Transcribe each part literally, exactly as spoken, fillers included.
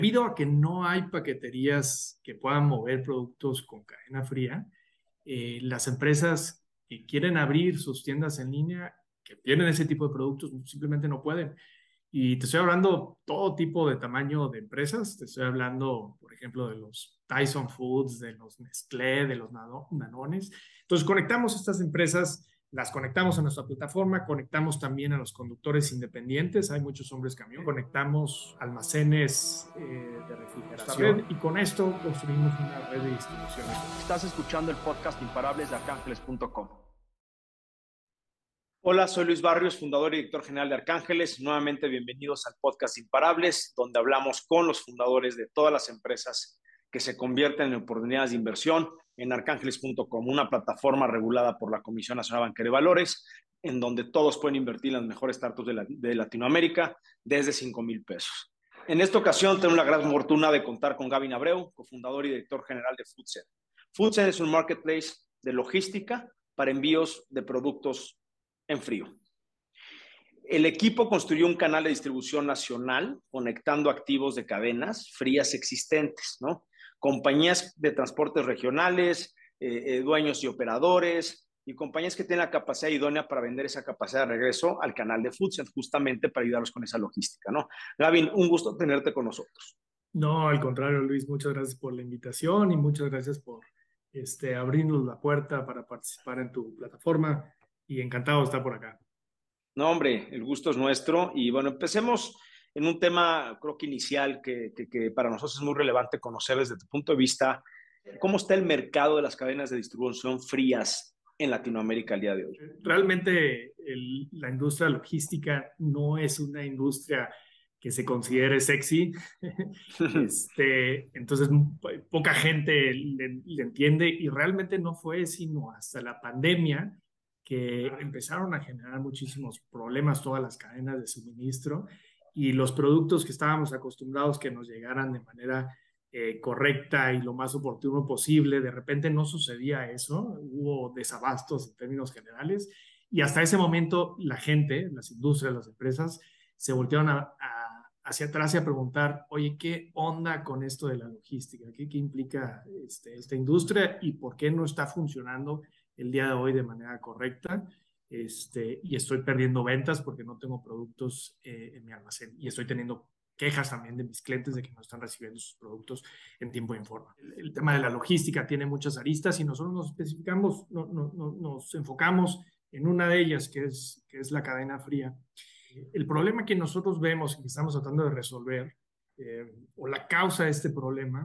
Debido a que no hay paqueterías que puedan mover productos con cadena fría, eh, las empresas que quieren abrir sus tiendas en línea, que tienen ese tipo de productos, simplemente no pueden. Y te estoy hablando todo tipo de tamaño de empresas. Te estoy hablando, por ejemplo, de los Tyson Foods, de los Nestlé, de los Nano- Danones. Entonces, conectamos estas empresas, las conectamos a nuestra plataforma, conectamos también a los conductores independientes. Hay muchos hombres camión. Conectamos almacenes eh, de refrigeración y con esto construimos una red de distribución. Estás escuchando el podcast Imparables de arcángeles punto com. Hola, soy Luis Barrios, fundador y director general de Arcángeles. Nuevamente bienvenidos al podcast Imparables, donde hablamos con los fundadores de todas las empresas que se convierten en oportunidades de inversión en arcángeles punto com, una plataforma regulada por la Comisión Nacional Bancaria de Valores, en donde todos pueden invertir en las mejores startups de, la, de Latinoamérica desde cinco mil pesos. En esta ocasión tengo la gran fortuna de contar con Gavin Abreu, cofundador y director general de Foodset. Foodset es un marketplace de logística para envíos de productos en frío. El equipo construyó un canal de distribución nacional conectando activos de cadenas frías existentes, ¿no? Compañías de transportes regionales, eh, eh, dueños y operadores, y compañías que tienen la capacidad idónea para vender esa capacidad de regreso al canal de Foodset, justamente para ayudarlos con esa logística, ¿no? Gavin, un gusto tenerte con nosotros. No, al contrario, Luis, muchas gracias por la invitación y muchas gracias por este, abrirnos la puerta para participar en tu plataforma y encantado de estar por acá. No, hombre, el gusto es nuestro. Y bueno, empecemos en un tema, creo que inicial, que, que, que para nosotros es muy relevante conocer desde tu punto de vista, cómo está el mercado de las cadenas de distribución frías en Latinoamérica al día de hoy. Realmente el- la industria logística no es una industria que se considere sexy. Este, entonces, po- poca gente le, le entiende y realmente no fue sino hasta la pandemia que empezaron a generar muchísimos problemas todas las cadenas de suministro y los productos que estábamos acostumbrados que nos llegaran de manera eh, correcta y lo más oportuno posible. De repente no sucedía eso, hubo desabastos en términos generales y hasta ese momento la gente, las industrias, las empresas se voltearon a, a, hacia atrás y a preguntar, oye, ¿qué onda con esto de la logística? ¿Qué, qué implica este, esta industria y por qué no está funcionando el día de hoy de manera correcta? Este, y estoy perdiendo ventas porque no tengo productos eh, en mi almacén y estoy teniendo quejas también de mis clientes de que no están recibiendo sus productos en tiempo y en forma. El, el tema de la logística tiene muchas aristas y nosotros nos especificamos, no, no, no, nos enfocamos en una de ellas, que es, que es la cadena fría. El problema que nosotros vemos y que estamos tratando de resolver, eh, o la causa de este problema,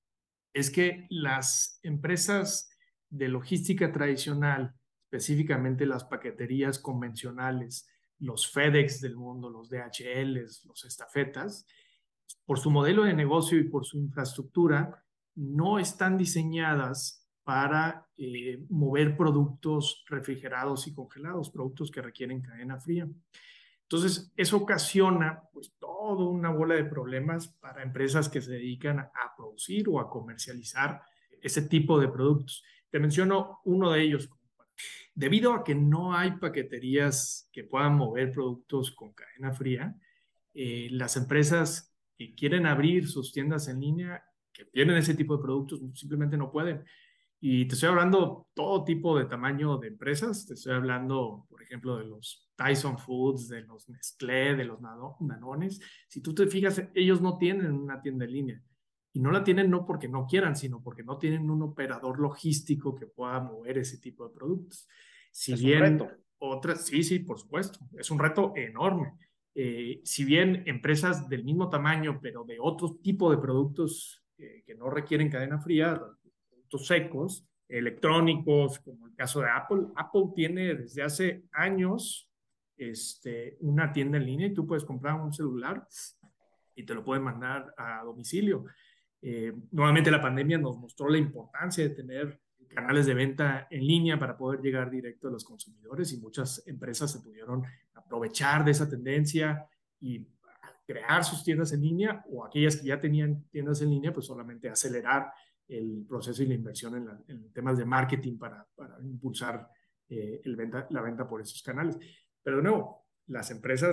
es que las empresas de logística tradicional, específicamente las paqueterías convencionales, los FedEx del mundo, los D H Ls, los estafetas, por su modelo de negocio y por su infraestructura, no están diseñadas para eh, mover productos refrigerados y congelados, productos que requieren cadena fría. Entonces, eso ocasiona pues toda una bola de problemas para empresas que se dedican a producir o a comercializar ese tipo de productos. Te menciono uno de ellos. Debido a que no hay paqueterías que puedan mover productos con cadena fría, eh, las empresas que quieren abrir sus tiendas en línea, que tienen ese tipo de productos, simplemente no pueden. Y te estoy hablando todo tipo de tamaño de empresas. Te estoy hablando, por ejemplo, de los Tyson Foods, de los Nestlé, de los Nano- Danones. Si tú te fijas, ellos no tienen una tienda en línea. Y no la tienen no porque no quieran, sino porque no tienen un operador logístico que pueda mover ese tipo de productos. Si Es un reto. bien otras, sí, sí, por supuesto, es un reto enorme. Eh, si bien empresas del mismo tamaño, pero de otro tipo de productos eh, que no requieren cadena fría, productos secos, electrónicos, como el caso de Apple. Apple tiene desde hace años este, una tienda en línea y tú puedes comprar un celular y te lo pueden mandar a domicilio. Eh, nuevamente la pandemia nos mostró la importancia de tener canales de venta en línea para poder llegar directo a los consumidores y muchas empresas se pudieron aprovechar de esa tendencia y crear sus tiendas en línea o aquellas que ya tenían tiendas en línea, pues solamente acelerar el proceso y la inversión en, la, en temas de marketing para, para impulsar eh, el venta, la venta por esos canales. Pero de nuevo, las empresas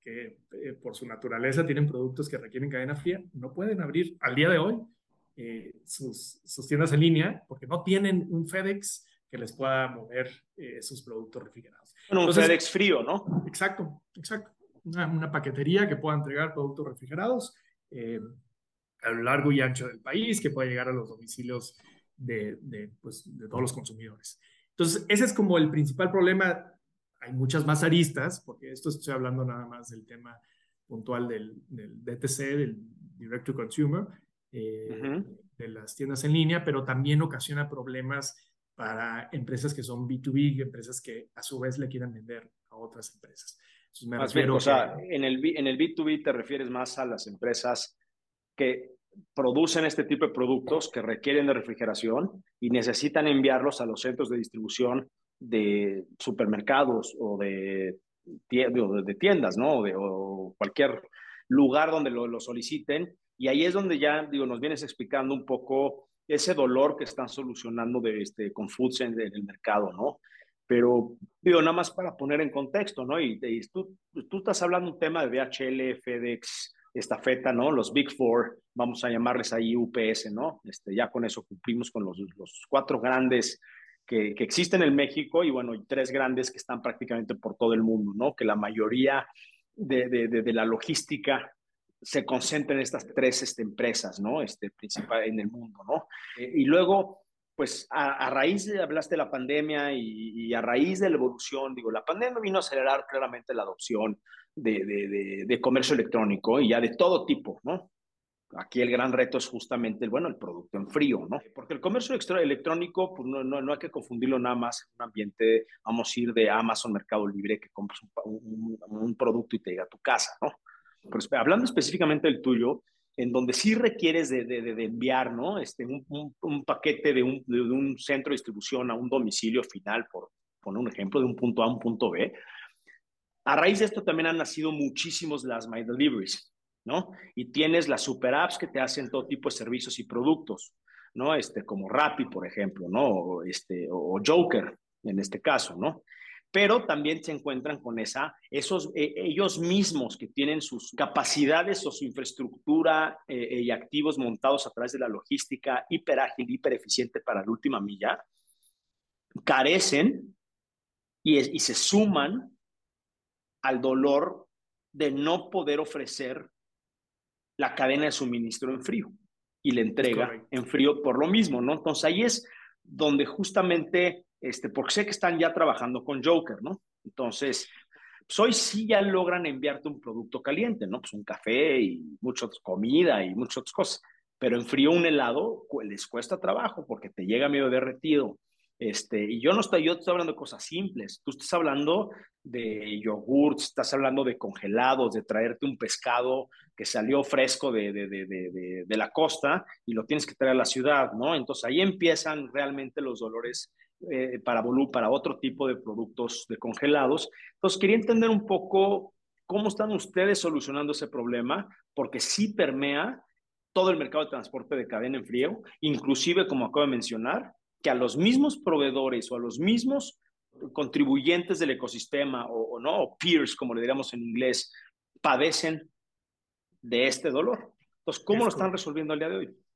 que eh, por su naturaleza tienen productos que requieren cadena fría, no pueden abrir al día de hoy eh, sus, sus tiendas en línea porque no tienen un FedEx que les pueda mover eh, sus productos refrigerados. Bueno, un Entonces, FedEx frío, ¿no? Exacto, exacto. Una, una paquetería que pueda entregar productos refrigerados eh, a lo largo y ancho del país, que pueda llegar a los domicilios de, de, pues, de todos los consumidores. Entonces, ese es como el principal problema. Hay muchas más aristas, porque esto estoy hablando nada más del tema puntual del, del D T C, del Direct to Consumer, eh, Uh-huh. de las tiendas en línea, pero también ocasiona problemas para empresas que son B dos B, empresas que a su vez le quieran vender a otras empresas. Entonces me Más bien, refiero o que... sea, en el, B- en el B dos B te refieres más a las empresas que producen este tipo de productos que requieren de refrigeración y necesitan enviarlos a los centros de distribución de supermercados o de, de tiendas, ¿no? O, de, o cualquier lugar donde lo, lo soliciten. Y ahí es donde ya, digo, nos vienes explicando un poco ese dolor que están solucionando de, este, con Foods en, en el mercado, ¿no? Pero, digo, nada más para poner en contexto, ¿no? Y, y tú, tú estás hablando un tema de D H L, FedEx, Estafeta, ¿no? Los Big Four, vamos a llamarles ahí U P S, ¿no? Este, ya con eso cumplimos con los, los cuatro grandes que, que, existen en México y, bueno, y tres grandes que están prácticamente por todo el mundo, ¿no? Que la mayoría de, de, de, de la logística se concentra en estas tres este, empresas, ¿no? Este, principal en el mundo, ¿no? Eh, y luego, pues a, a, raíz de, hablaste de la pandemia y, y, a raíz de la evolución, digo, la pandemia vino a acelerar claramente la adopción de, de, de, de comercio electrónico y ya de todo tipo, ¿no? Aquí el gran reto es justamente el, bueno, el producto en frío, ¿no? Porque el comercio electrónico, pues no, no, no hay que confundirlo nada más en un ambiente, vamos a ir de Amazon, Mercado Libre, que compras un, un, un producto y te llega a tu casa, ¿no? Pero hablando específicamente del tuyo, en donde sí requieres de, de, de enviar, ¿no? Este, un, un, un paquete de un, de un centro de distribución a un domicilio final, por poner un ejemplo, de un punto A a un punto B. A raíz de esto también han nacido muchísimos las My Deliveries, ¿no? Y tienes las super apps que te hacen todo tipo de servicios y productos, ¿no? Este, como Rappi, por ejemplo, ¿no? O, este, o Joker, en este caso, ¿no? Pero también se encuentran con esa, esos, eh, ellos mismos que tienen sus capacidades o su infraestructura eh, y activos montados a través de la logística hiper ágil, hiper eficiente para la última milla, carecen y, y se suman al dolor de no poder ofrecer la cadena de suministro en frío y la entrega en frío por lo mismo, ¿no? Entonces ahí es donde justamente, este, porque sé que están ya trabajando con Joker, ¿no? Entonces, pues hoy sí ya logran enviarte un producto caliente, ¿no? Pues un café y mucha comida y muchas otras cosas, pero en frío un helado les cuesta trabajo porque te llega medio derretido. Este, y yo no estoy, yo estoy hablando de cosas simples, tú estás hablando de yogurts, estás hablando de congelados, de traerte un pescado que salió fresco de, de, de, de, de la costa y lo tienes que traer a la ciudad, ¿no? Entonces ahí empiezan realmente los dolores eh, para, para otro tipo de productos de congelados. Entonces quería entender un poco cómo están ustedes solucionando ese problema, porque sí permea todo el mercado de transporte de cadena en frío, inclusive, como acabo de mencionar, que a los mismos proveedores o a los mismos contribuyentes del ecosistema o, o no, o peers, como le diríamos en inglés, padecen de este dolor. Entonces, ¿cómo lo están resolviendo al día de hoy?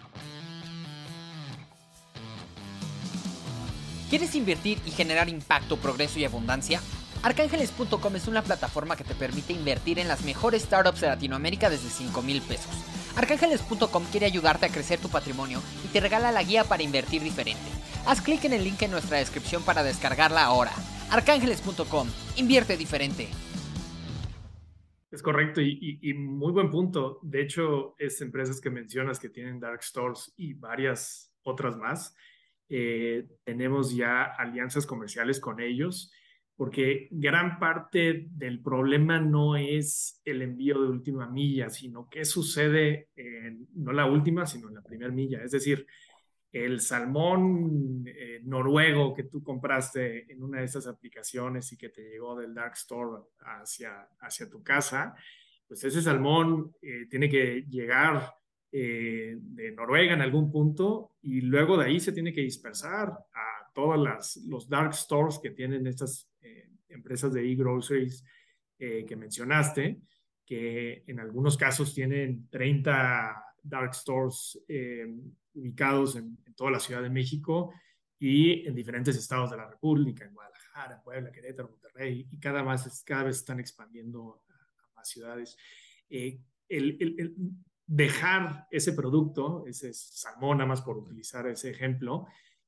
¿Quieres invertir y generar impacto, progreso y abundancia? Arcángeles punto com es una plataforma que te permite invertir en las mejores startups de Latinoamérica desde cinco mil pesos. Arcángeles punto com quiere ayudarte a crecer tu patrimonio y te regala la guía para invertir diferente. Haz clic en el link en nuestra descripción para descargarla ahora. Arcángeles punto com, invierte diferente. Es correcto y, y, y muy buen punto. De hecho, es empresas que mencionas que tienen dark stores y varias otras más. Eh, tenemos ya alianzas comerciales con ellos porque gran parte del problema no es el envío de última milla, sino qué sucede en, no la última, sino en la primera milla. Es decir, el salmón eh, noruego que tú compraste en una de estas aplicaciones y que te llegó del dark store hacia, hacia tu casa, pues ese salmón eh, tiene que llegar eh, de Noruega en algún punto y luego de ahí se tiene que dispersar a todas las los dark stores que tienen estas eh, empresas de e-groceries eh, que mencionaste, que en algunos casos tienen treinta dark stores eh, ubicados en, en toda la Ciudad de México y en diferentes estados de la República, en Guadalajara, Puebla, Querétaro, Monterrey, y cada, más, cada vez están expandiendo a, a más ciudades. Eh, el, el, el dejar ese producto, ese salmón, nada más por utilizar ese ejemplo,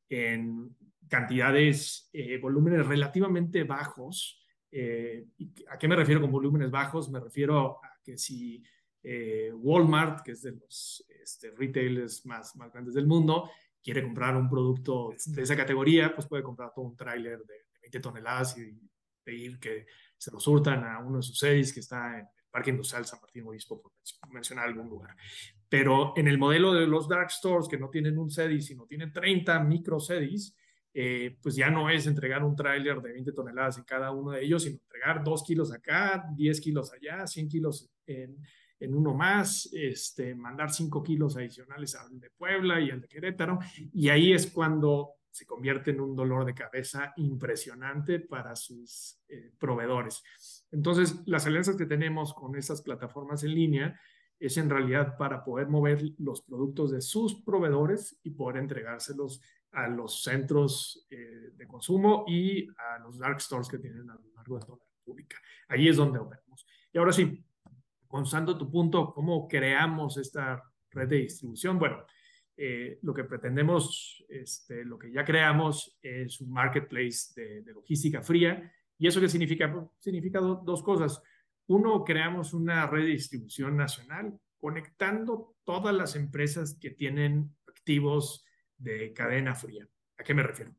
en cantidades, eh, volúmenes relativamente bajos. Eh, ¿A qué me refiero con volúmenes bajos? Me refiero a que si eh, Walmart, que es de los este, retailers más, más grandes del mundo, quiere comprar un producto de esa categoría, pues puede comprar todo un tráiler de, de veinte toneladas y pedir que se lo surtan a uno de sus seis que está en el Parque Industrial San Martín Obispo, por mencionar algún lugar. Pero en el modelo de los dark stores, que no tienen un CEDIS, sino tienen treinta micro CEDIS, eh, pues ya no es entregar un tráiler de veinte toneladas en cada uno de ellos, sino entregar dos kilos acá, diez kilos allá, cien kilos en, en uno más, este, mandar cinco kilos adicionales al de Puebla y al de Querétaro, y ahí es cuando se convierte en un dolor de cabeza impresionante para sus eh, proveedores. Entonces, las alianzas que tenemos con esas plataformas en línea es en realidad para poder mover los productos de sus proveedores y poder entregárselos a los centros eh, de consumo y a los dark stores que tienen a lo largo de toda la República. Ahí es donde operamos. Y ahora sí, contando tu punto, ¿cómo creamos esta red de distribución? Bueno, eh, lo que pretendemos, este, lo que ya creamos es un marketplace de, de logística fría. ¿Y eso qué significa? Pues, significa do, dos cosas. Uno, creamos una red de distribución nacional conectando todas las empresas que tienen activos de cadena fría. ¿A qué me refiero?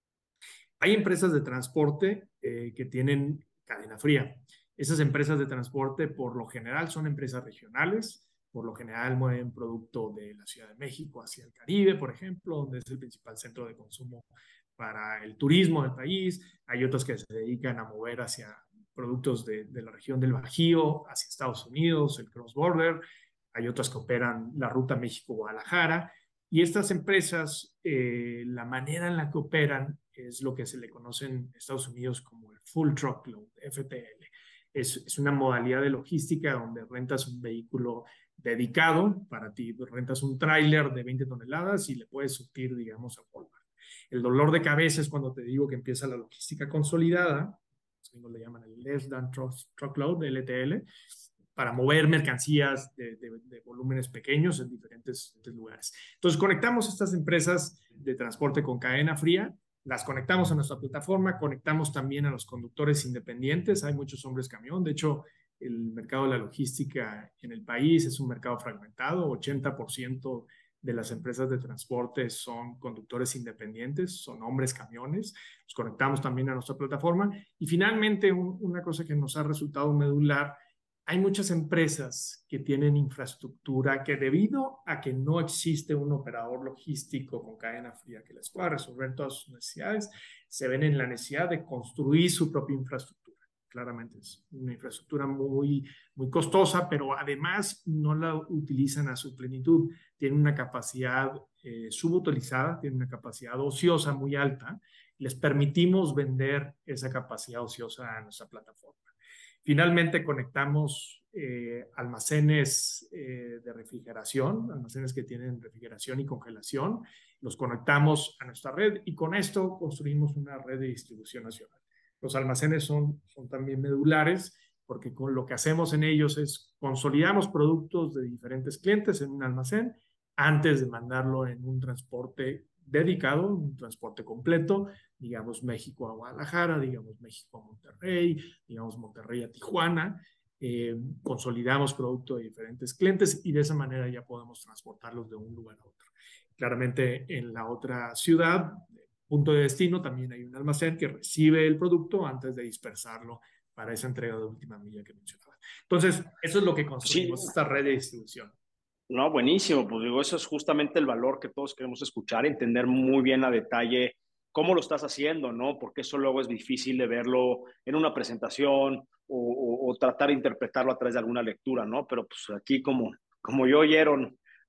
Hay empresas de transporte eh, que tienen cadena fría. Esas empresas de transporte por lo general son empresas regionales, por lo general mueven producto de la Ciudad de México hacia el Caribe, por ejemplo, donde es el principal centro de consumo para el turismo del país. Hay otros que se dedican a mover hacia productos de, de la región del Bajío, hacia Estados Unidos, el cross-border. Hay otras que operan la ruta México-Guadalajara. Y estas empresas, eh, la manera en la que operan es lo que se le conoce en Estados Unidos como el Full Truckload, F T L. Es, es una modalidad de logística donde rentas un vehículo dedicado para ti, rentas un tráiler de veinte toneladas y le puedes surtir, digamos, a Walmart. El dolor de cabeza es cuando te digo que empieza la logística consolidada, los gringos le llaman el Less Than Truckload, L T L, para mover mercancías de, de, de volúmenes pequeños en diferentes, diferentes lugares. Entonces, conectamos estas empresas de transporte con cadena fría, las conectamos a nuestra plataforma, conectamos también a los conductores independientes. Hay muchos hombres camión. De hecho, el mercado de la logística en el país es un mercado fragmentado. ochenta por ciento de las empresas de transporte son conductores independientes, son hombres camiones. Los conectamos también a nuestra plataforma. Y finalmente, un, una cosa que nos ha resultado medular, hay muchas empresas que tienen infraestructura que debido a que no existe un operador logístico con cadena fría que les pueda resolver todas sus necesidades, se ven en la necesidad de construir su propia infraestructura. Claramente es una infraestructura muy, muy costosa, pero además no la utilizan a su plenitud. Tienen una capacidad eh, subutilizada, tienen una capacidad ociosa muy alta. Les permitimos vender esa capacidad ociosa a nuestra plataforma. Finalmente conectamos eh, almacenes eh, de refrigeración, almacenes que tienen refrigeración y congelación, los conectamos a nuestra red y con esto construimos una red de distribución nacional. Los almacenes son, son también medulares porque con lo que hacemos en ellos es consolidamos productos de diferentes clientes en un almacén antes de mandarlo en un transporte dedicado, un transporte completo, digamos México a Guadalajara, digamos México a Monterrey, digamos Monterrey a Tijuana, eh, consolidamos producto de diferentes clientes y de esa manera ya podemos transportarlos de un lugar a otro. Claramente en la otra ciudad, punto de destino, también hay un almacén que recibe el producto antes de dispersarlo para esa entrega de última milla que mencionaba. Entonces, eso es lo que construimos, sí, esta red de distribución. No, buenísimo. Pues digo, eso es justamente el valor que todos queremos escuchar, entender muy bien a detalle cómo lo estás haciendo, ¿no? Porque eso luego es difícil de verlo en una presentación o, o, o tratar de interpretarlo a través de alguna lectura, ¿no? Pero pues aquí como, como yo oyeron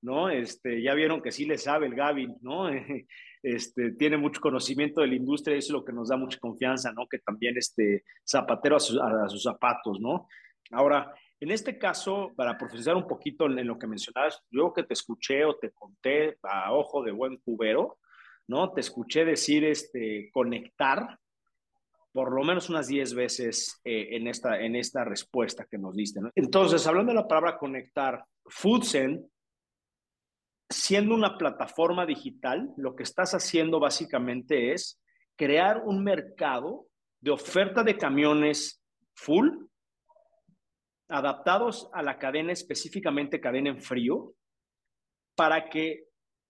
¿no? Este, ya vieron que sí le sabe el Gavin, ¿no? Este, tiene mucho conocimiento de la industria y eso es lo que nos da mucha confianza, ¿no? Que también este zapatero a, su, a, a sus zapatos, ¿no? Ahora, en este caso, para profundizar un poquito en, en lo que mencionabas, yo que te escuché o te conté a ojo de buen cubero, ¿no? Te escuché decir este, conectar por lo menos unas diez veces eh, en, esta, en esta respuesta que nos diste, ¿no? Entonces, hablando de la palabra conectar, Foodzen, siendo una plataforma digital, lo que estás haciendo básicamente es crear un mercado de oferta de camiones full, adaptados a la cadena, específicamente cadena en frío, para que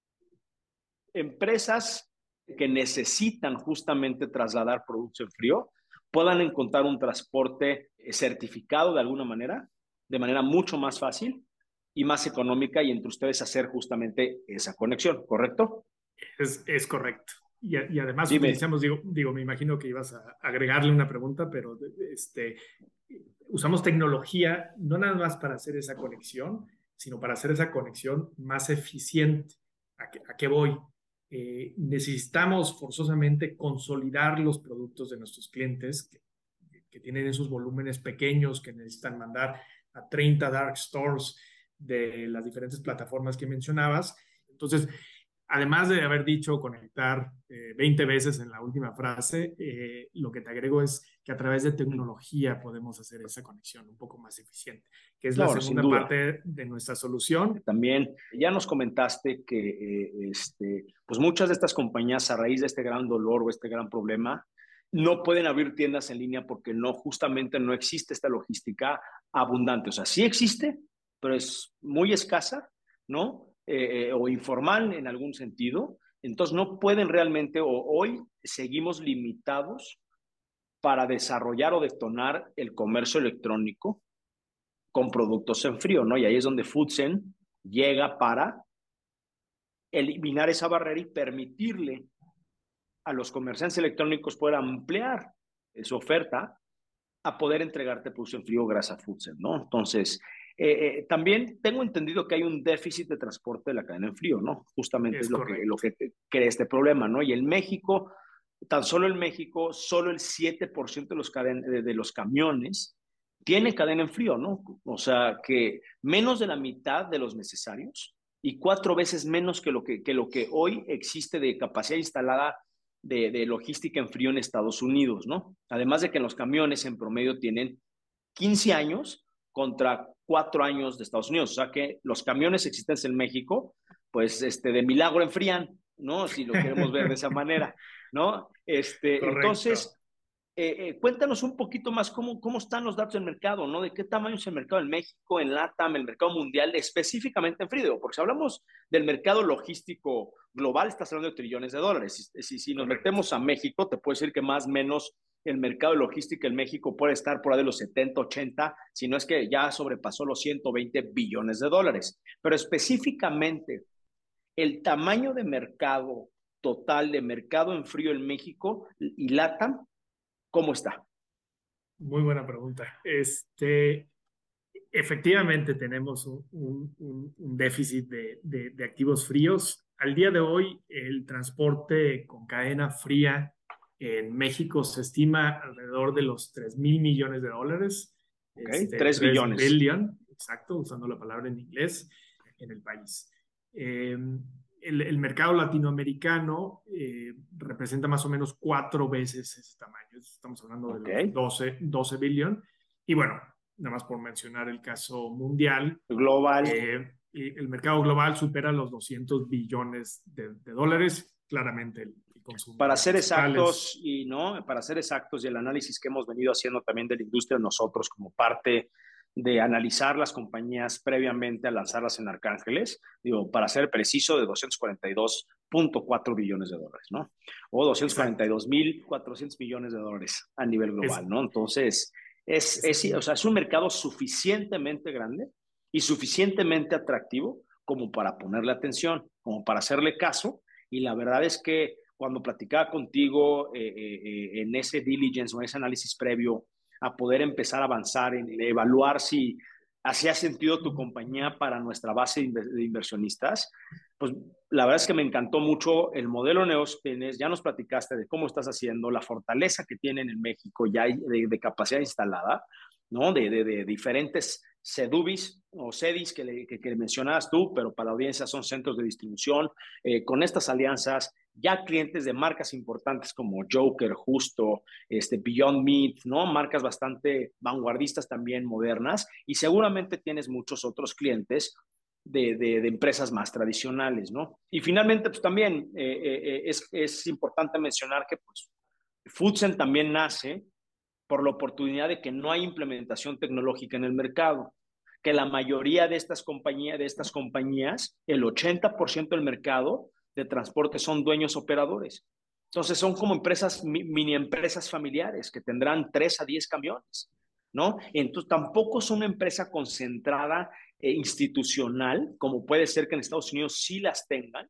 empresas que necesitan justamente trasladar productos en frío puedan encontrar un transporte certificado de alguna manera, de manera mucho más fácil y más económica, y entre ustedes hacer justamente esa conexión, ¿correcto? Es, es correcto. Y, y además Dime. utilizamos, digo, digo, me imagino que ibas a agregarle una pregunta, pero este, usamos tecnología no nada más para hacer esa conexión, sino para hacer esa conexión más eficiente. ¿A qué, a qué voy? Eh, necesitamos forzosamente consolidar los productos de nuestros clientes que, que tienen esos volúmenes pequeños que necesitan mandar a treinta dark stores de las diferentes plataformas que mencionabas. Entonces, además de haber dicho conectar eh, veinte veces en la última frase, eh, lo que te agrego es que a través de tecnología podemos hacer esa conexión un poco más eficiente, que es la No, sin segunda duda. parte de nuestra solución. También ya nos comentaste que eh, este, pues muchas de estas compañías, a raíz de este gran dolor o este gran problema, no pueden abrir tiendas en línea porque no, justamente no existe esta logística abundante. O sea, sí existe, pero es muy escasa, ¿no? Eh, eh, o informal en algún sentido. Entonces no pueden realmente, o hoy seguimos limitados para desarrollar o detonar el comercio electrónico con productos en frío, ¿no? Y ahí es donde Foodzen llega para eliminar esa barrera y permitirle a los comerciantes electrónicos poder ampliar su oferta a poder entregarte producto en frío gracias a Foodzen, ¿no? Entonces, eh, eh, también tengo entendido que hay un déficit de transporte de la cadena en frío, ¿no? Justamente es Es lo que, lo correcto. que crea este problema, ¿no? Y en México, tan solo en México, solo el siete por ciento de los, caden de, de los camiones tiene cadena en frío, ¿no? O sea, que menos de la mitad de los necesarios y cuatro veces menos que lo que, que, lo que hoy existe de capacidad instalada de, de logística en frío en Estados Unidos, ¿no? Además de que los camiones en promedio tienen quince años contra cuatro años de Estados Unidos. O sea que los camiones existentes en México, pues este, de milagro enfrían, ¿no? Si lo queremos ver de esa manera, ¿no? Este, Correcto. entonces, eh, eh, cuéntanos un poquito más cómo, cómo están los datos del mercado, ¿no? De qué tamaño es el mercado en México, en LATAM, el mercado mundial, específicamente en frío, porque si hablamos del mercado logístico global, estás hablando de trillones de dólares. Si, si, si nos Correcto. metemos a México, te puedo decir que más o menos el mercado de logística en México puede estar por ahí de los setenta, ochenta, si no es que ya sobrepasó los ciento veinte billones de dólares. Pero específicamente, el tamaño de mercado total de mercado en frío en México y LATAM, ¿cómo está? Muy buena pregunta. Este, efectivamente tenemos un, un, un déficit de, de, de activos fríos. Al día de hoy, el transporte con cadena fría en México se estima alrededor de los tres mil millones de dólares, ¿Ok? este, tres tres billones. billion, exacto, usando la palabra en inglés, en el país. Eh, el, el, mercado latinoamericano eh, representa más o menos cuatro veces ese tamaño. Estamos hablando de Okay. los doce, doce billion. Y bueno, nada más por mencionar el caso mundial, global. Eh, el mercado global supera los doscientos billones de, de dólares. Claramente el, el consumo Para ser exactos es... y no, para ser exactos y el análisis que hemos venido haciendo también de la industria nosotros como parte de analizar las compañías previamente a lanzarlas en Arcángeles, digo, para ser preciso, de doscientos cuarenta y dos punto cuatro billones de dólares, ¿no? O doscientos cuarenta y dos mil cuatrocientos millones de dólares a nivel global, es, ¿no? Entonces, es, es, es, o sea, es un mercado suficientemente grande y suficientemente atractivo como para ponerle atención, como para hacerle caso, y la verdad es que cuando platicaba contigo eh, eh, en ese diligence o en ese análisis previo a poder empezar a avanzar en evaluar si hacía sentido tu compañía para nuestra base de inversionistas. Pues la verdad es que me encantó mucho el modelo Neospenes. Ya nos platicaste de cómo estás haciendo, la fortaleza que tienen en México ya de, de capacidad instalada, ¿no? De, de, de diferentes CEDUBIS o CEDIS que, le, que, que mencionabas tú, pero para la audiencia son centros de distribución. Eh, con estas alianzas, ya clientes de marcas importantes como Joker, Justo, este, Beyond Meat, ¿no? Marcas bastante vanguardistas también, modernas, y seguramente tienes muchos otros clientes de, de, de empresas más tradicionales, ¿no? Y finalmente, pues también eh, eh, es, es importante mencionar que pues, Foodsen también nace por la oportunidad de que no hay implementación tecnológica en el mercado, que la mayoría de estas compañías, de estas compañías, el ochenta por ciento del mercado de transporte son dueños operadores. Entonces son como empresas, mini empresas familiares que tendrán tres a diez camiones, ¿no? Entonces tampoco son una empresa concentrada e institucional, como puede ser que en Estados Unidos sí las tengan,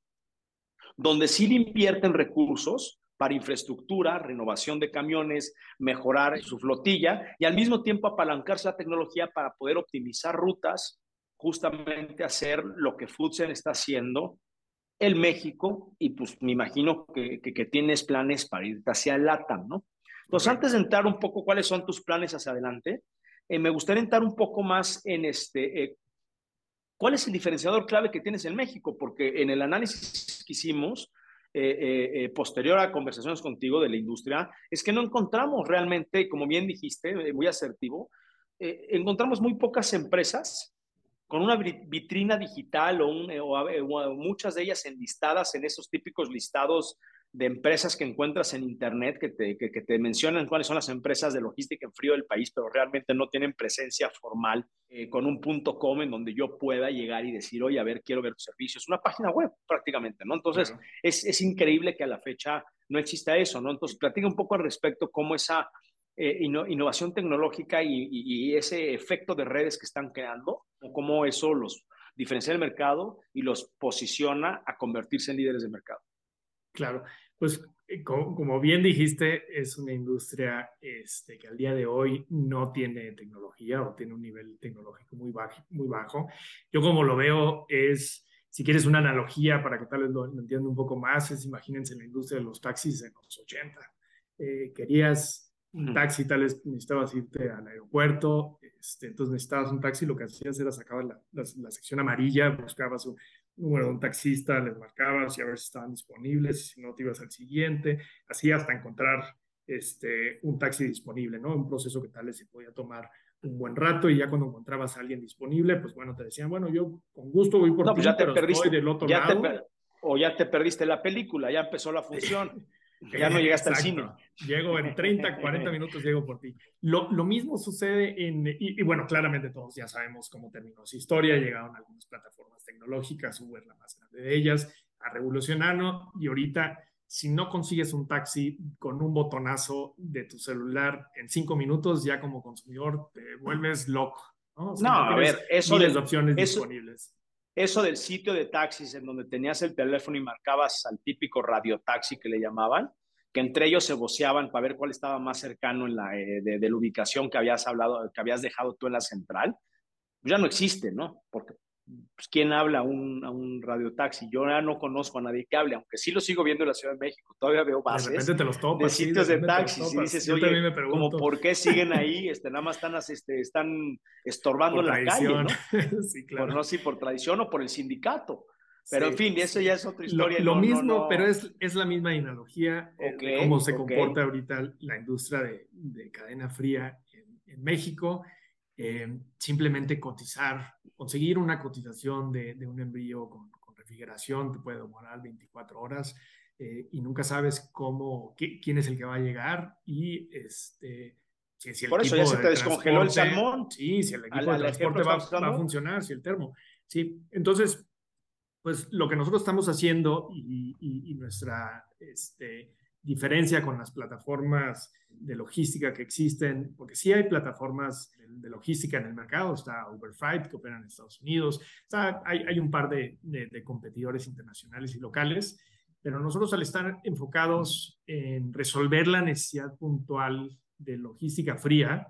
donde sí le invierten recursos para infraestructura, renovación de camiones, mejorar su flotilla y al mismo tiempo apalancarse la tecnología para poder optimizar rutas, justamente hacer lo que Foodsen está haciendo en México y pues me imagino que, que, que tienes planes para irte hacia LATAM, ¿no? Entonces, Correcto. antes de entrar un poco cuáles son tus planes hacia adelante, eh, me gustaría entrar un poco más en este, eh, ¿cuál es el diferenciador clave que tienes en México? Porque en el análisis que hicimos, eh, eh, eh, posterior a conversaciones contigo de la industria, es que no encontramos realmente, como bien dijiste, eh, muy asertivo, eh, encontramos muy pocas empresas con una vitrina digital o, un, o, o muchas de ellas enlistadas en esos típicos listados de empresas que encuentras en internet que te, que, que te mencionan cuáles son las empresas de logística en frío del país, pero realmente no tienen presencia formal eh, con un punto com en donde yo pueda llegar y decir, oye, a ver, quiero ver tus servicios. Una página web prácticamente, ¿no? Entonces, Claro. es, es increíble que a la fecha no exista eso, ¿no? Entonces, platica un poco al respecto cómo esa eh, inno, innovación tecnológica y, y, y ese efecto de redes que están creando, o cómo eso los diferencia del mercado y los posiciona a convertirse en líderes de mercado. Claro, pues eh, como, como bien dijiste, es una industria este, que al día de hoy no tiene tecnología o tiene un nivel tecnológico muy bajo, muy bajo. Yo como lo veo es, si quieres una analogía para que tal vez lo, lo entienda un poco más, es imagínense la industria de los taxis en los ochenta. Eh, querías un taxi, tal vez necesitabas irte al aeropuerto, este, entonces necesitabas un taxi, lo que hacías era sacar la, la, la sección amarilla, buscabas un número de un taxista, les marcabas y a ver si estaban disponibles, si no te ibas al siguiente, así hasta encontrar este, un taxi disponible, ¿no? Un proceso que tal vez se podía tomar un buen rato y ya cuando encontrabas a alguien disponible, pues bueno, te decían, bueno, yo con gusto voy por No, pues ti, ya te pero estoy perdiste, del otro ya te lado. per o ya te perdiste la película, ya empezó la función, ya no llegaste al cine. Exacto. Llego en treinta, cuarenta minutos, llego por ti. Lo, lo mismo sucede en, y, y, bueno, claramente todos ya sabemos cómo terminó su historia, llegaron algunas plataformas tecnológicas, Uber la más grande de ellas, a revolucionarnos y ahorita si no consigues un taxi con un botonazo de tu celular en cinco minutos, ya como consumidor te vuelves loco, ¿no? O sea, No, no a tienes ver, eso miles de del, opciones eso, disponibles. eso del sitio de taxis en donde tenías el teléfono y marcabas al típico radiotaxi que le llamaban, que entre ellos se voceaban para ver cuál estaba más cercano en la, eh, de, de la ubicación que habías hablado, que habías dejado tú en la central, ya no existe, ¿no? Porque pues, ¿quién habla a un, a un radiotaxi? Yo ya no conozco a nadie que hable, aunque sí lo sigo viendo en la Ciudad de México. Todavía veo De repente bases te los de topas, sí, de sitios de repente te los taxis y topas. dices, Yo también oye, me como pregunto, por qué siguen ahí, este, nada más están, este, están estorbando por en la calle, tradición, ¿no? sí, Por claro. no sé si por tradición o por el sindicato. Pero en Sí, fin, eso ya sí. es otra Lo, historia y lo no, no, mismo, pero no. es, es la misma analogía eh, Ok, de cómo se ok. comporta ahorita la industria de, de cadena fría en, en México. Eh, simplemente cotizar, conseguir una cotización de, de un envío con, con refrigeración te puede demorar veinticuatro horas eh, y nunca sabes cómo, qué, quién es el que va a llegar y este, si, si el Por eso ya equipo se de te descongeló el transporte, salmón. sí, si el Al, equipo de al ejemplo transporte que estamos va, va a usando. funcionar, si el termo. Sí, entonces pues lo que nosotros estamos haciendo y, y, y nuestra este, diferencia con las plataformas de logística que existen, porque sí hay plataformas de, de logística en el mercado, está Uber Freight que opera en Estados Unidos, está, hay, hay un par de, de, de competidores internacionales y locales, pero nosotros al estar enfocados en resolver la necesidad puntual de logística fría,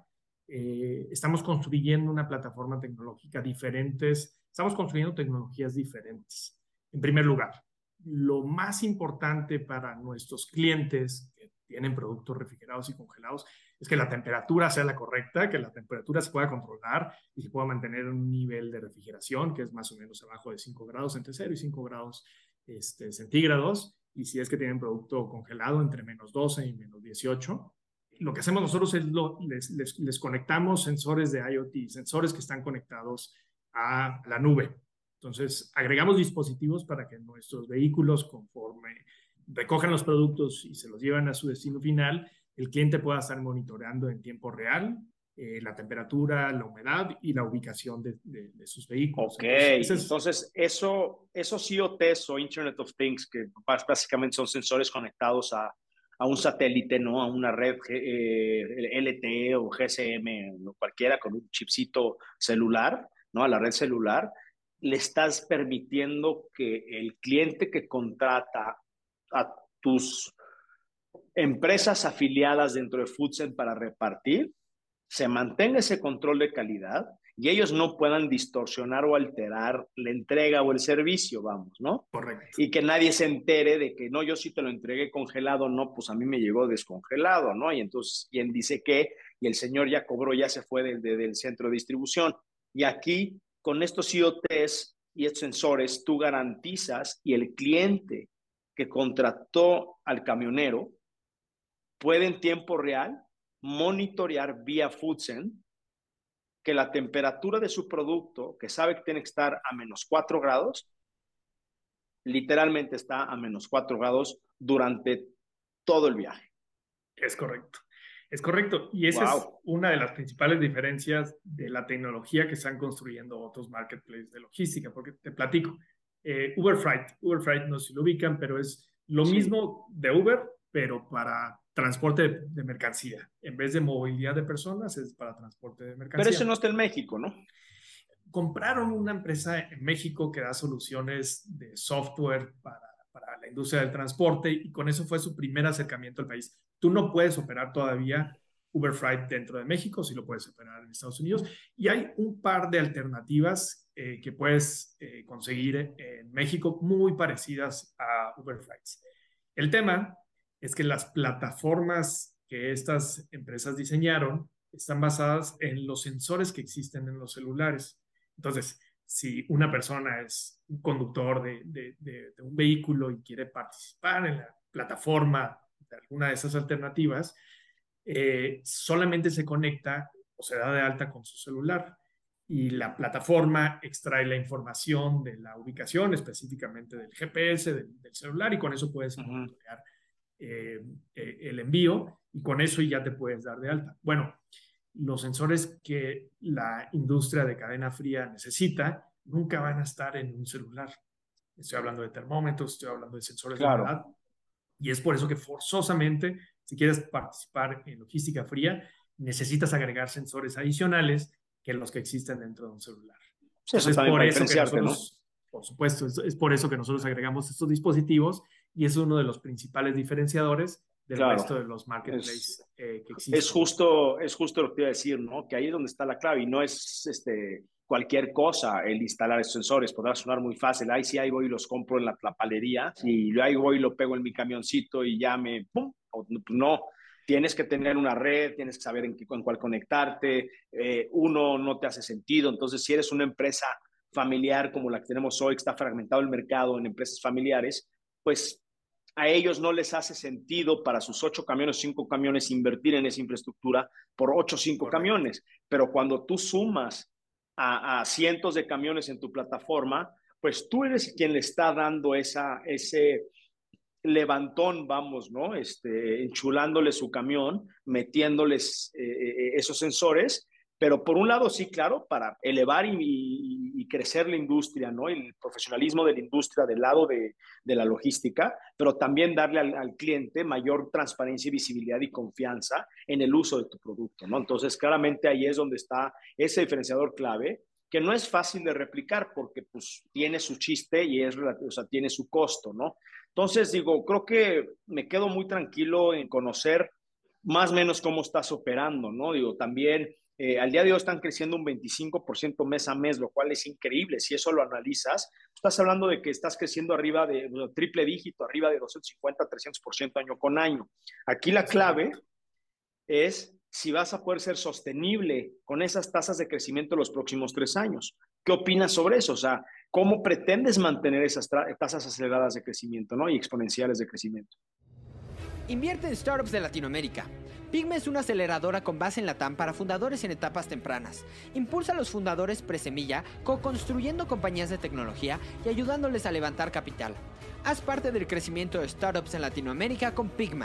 eh, estamos construyendo una plataforma tecnológica diferentes, estamos construyendo tecnologías diferentes. En primer lugar, lo más importante para nuestros clientes que tienen productos refrigerados y congelados es que la temperatura sea la correcta, que la temperatura se pueda controlar y se pueda mantener en un nivel de refrigeración que es más o menos abajo de cinco grados, entre cero y cinco grados este, centígrados. Y si es que tienen producto congelado, entre menos doce y menos dieciocho. Lo que hacemos nosotros es lo, les, les, les conectamos sensores de IoT, sensores que están conectados a la nube. Entonces, agregamos dispositivos para que nuestros vehículos, conforme recojan los productos y se los llevan a su destino final, el cliente pueda estar monitoreando en tiempo real eh, la temperatura, la humedad y la ubicación de, de, de sus vehículos. Ok, entonces, es... entonces eso, esos I O Ts o Internet of Things, que básicamente son sensores conectados a, a un satélite, ¿no? A una red eh, L T E o G S M, o cualquiera, con un chipcito celular, ¿no? A la red celular, le estás permitiendo que el cliente que contrata a tus empresas afiliadas dentro de Foodsen para repartir, se mantenga ese control de calidad y ellos no puedan distorsionar o alterar la entrega o el servicio, vamos, ¿no? Correcto. Y que nadie se entere de que, no, yo sí te lo entregué congelado, no, pues a mí me llegó descongelado, ¿no? Y entonces, ¿quién dice qué? Y el señor ya cobró, ya se fue del, del centro de distribución. Y aquí, con estos I O Ts y estos sensores, tú garantizas y el cliente que contrató al camionero puede en tiempo real monitorear vía Foodsen que la temperatura de su producto, que sabe que tiene que estar a menos cuatro grados, literalmente está a menos cuatro grados durante todo el viaje. Es correcto. Es correcto. Y esa wow. es una de las principales diferencias de la tecnología que están construyendo otros marketplaces de logística, porque te platico. Eh, Uber Freight. Uber Freight no sé si lo ubican, pero es lo sí. mismo de Uber, pero para transporte de, de mercancía. En vez de movilidad de personas, es para transporte de mercancía. Pero eso no está en México, ¿no? Compraron una empresa en México que da soluciones de software para, para la industria del transporte y con eso fue su primer acercamiento al país. Tú no puedes operar todavía Uber Freight dentro de México, sí lo puedes operar en Estados Unidos. Y hay un par de alternativas eh, que puedes eh, conseguir en México muy parecidas a Uber Freight. El tema es que las plataformas que estas empresas diseñaron están basadas en los sensores que existen en los celulares. Entonces, si una persona es un conductor de, de, de, de un vehículo y quiere participar en la plataforma de alguna de esas alternativas, eh, solamente se conecta o se da de alta con su celular y la plataforma extrae la información de la ubicación, específicamente del G P S del, del celular, y con eso puedes uh-huh. monitorear eh, eh, el envío y con eso ya te puedes dar de alta. Bueno, los sensores que la industria de cadena fría necesita nunca van a estar en un celular. Estoy hablando de termómetros, estoy hablando de sensores claro. de humedad. Y es por eso que forzosamente, si quieres participar en logística fría, necesitas agregar sensores adicionales que los que existen dentro de un celular. Sí, eso también por para eso que nosotros, ¿no? Por supuesto, es, es por eso que nosotros agregamos estos dispositivos y es uno de los principales diferenciadores del claro. resto de los marketplaces es, eh, que existen. Es justo, es justo lo que te iba a decir, ¿no? Que ahí es donde está la clave y no es este, cualquier cosa el instalar esos sensores. Podrá sonar muy fácil. Ahí sí, ahí voy y los compro en la, la palería y ahí voy y lo pego en mi camioncito y ya me... ¡pum! No, tienes que tener una red, tienes que saber en, qué, en cuál conectarte. Eh, uno no te hace sentido. Entonces, si eres una empresa familiar como la que tenemos hoy, que está fragmentado el mercado en empresas familiares, pues a ellos no les hace sentido para sus ocho camiones, cinco camiones, invertir en esa infraestructura por ocho, cinco Correcto. camiones. Pero cuando tú sumas a, a cientos de camiones en tu plataforma, pues tú eres quien le está dando esa, ese levantón, vamos, ¿no? Este, enchulándole su camión, metiéndoles eh, esos sensores. Pero por un lado, sí, claro, para elevar y, y, y crecer la industria, ¿no? El profesionalismo de la industria del lado de, de la logística, pero también darle al, al cliente mayor transparencia y visibilidad y confianza en el uso de tu producto, ¿no? Entonces, claramente ahí es donde está ese diferenciador clave, que no es fácil de replicar porque, pues, tiene su chiste y es, o sea, tiene su costo, ¿no? Entonces, digo, creo que me quedo muy tranquilo en conocer más o menos cómo estás operando, ¿no? Digo, también... Eh, al día de hoy están creciendo un veinticinco por ciento mes a mes, lo cual es increíble. Si eso lo analizas, estás hablando de que estás creciendo arriba de bueno, triple dígito, arriba de doscientos cincuenta, trescientos por ciento año con año. Aquí la clave es si vas a poder ser sostenible con esas tasas de crecimiento los próximos tres años. ¿Qué opinas sobre eso? O sea, ¿cómo pretendes mantener esas tasas aceleradas de crecimiento, ¿no? Y exponenciales de crecimiento? Invierte en startups de Latinoamérica. Pigme es una aceleradora con base en Latam para fundadores en etapas tempranas. Impulsa a los fundadores presemilla, co-construyendo compañías de tecnología y ayudándoles a levantar capital. Haz parte del crecimiento de startups en Latinoamérica con Pigma.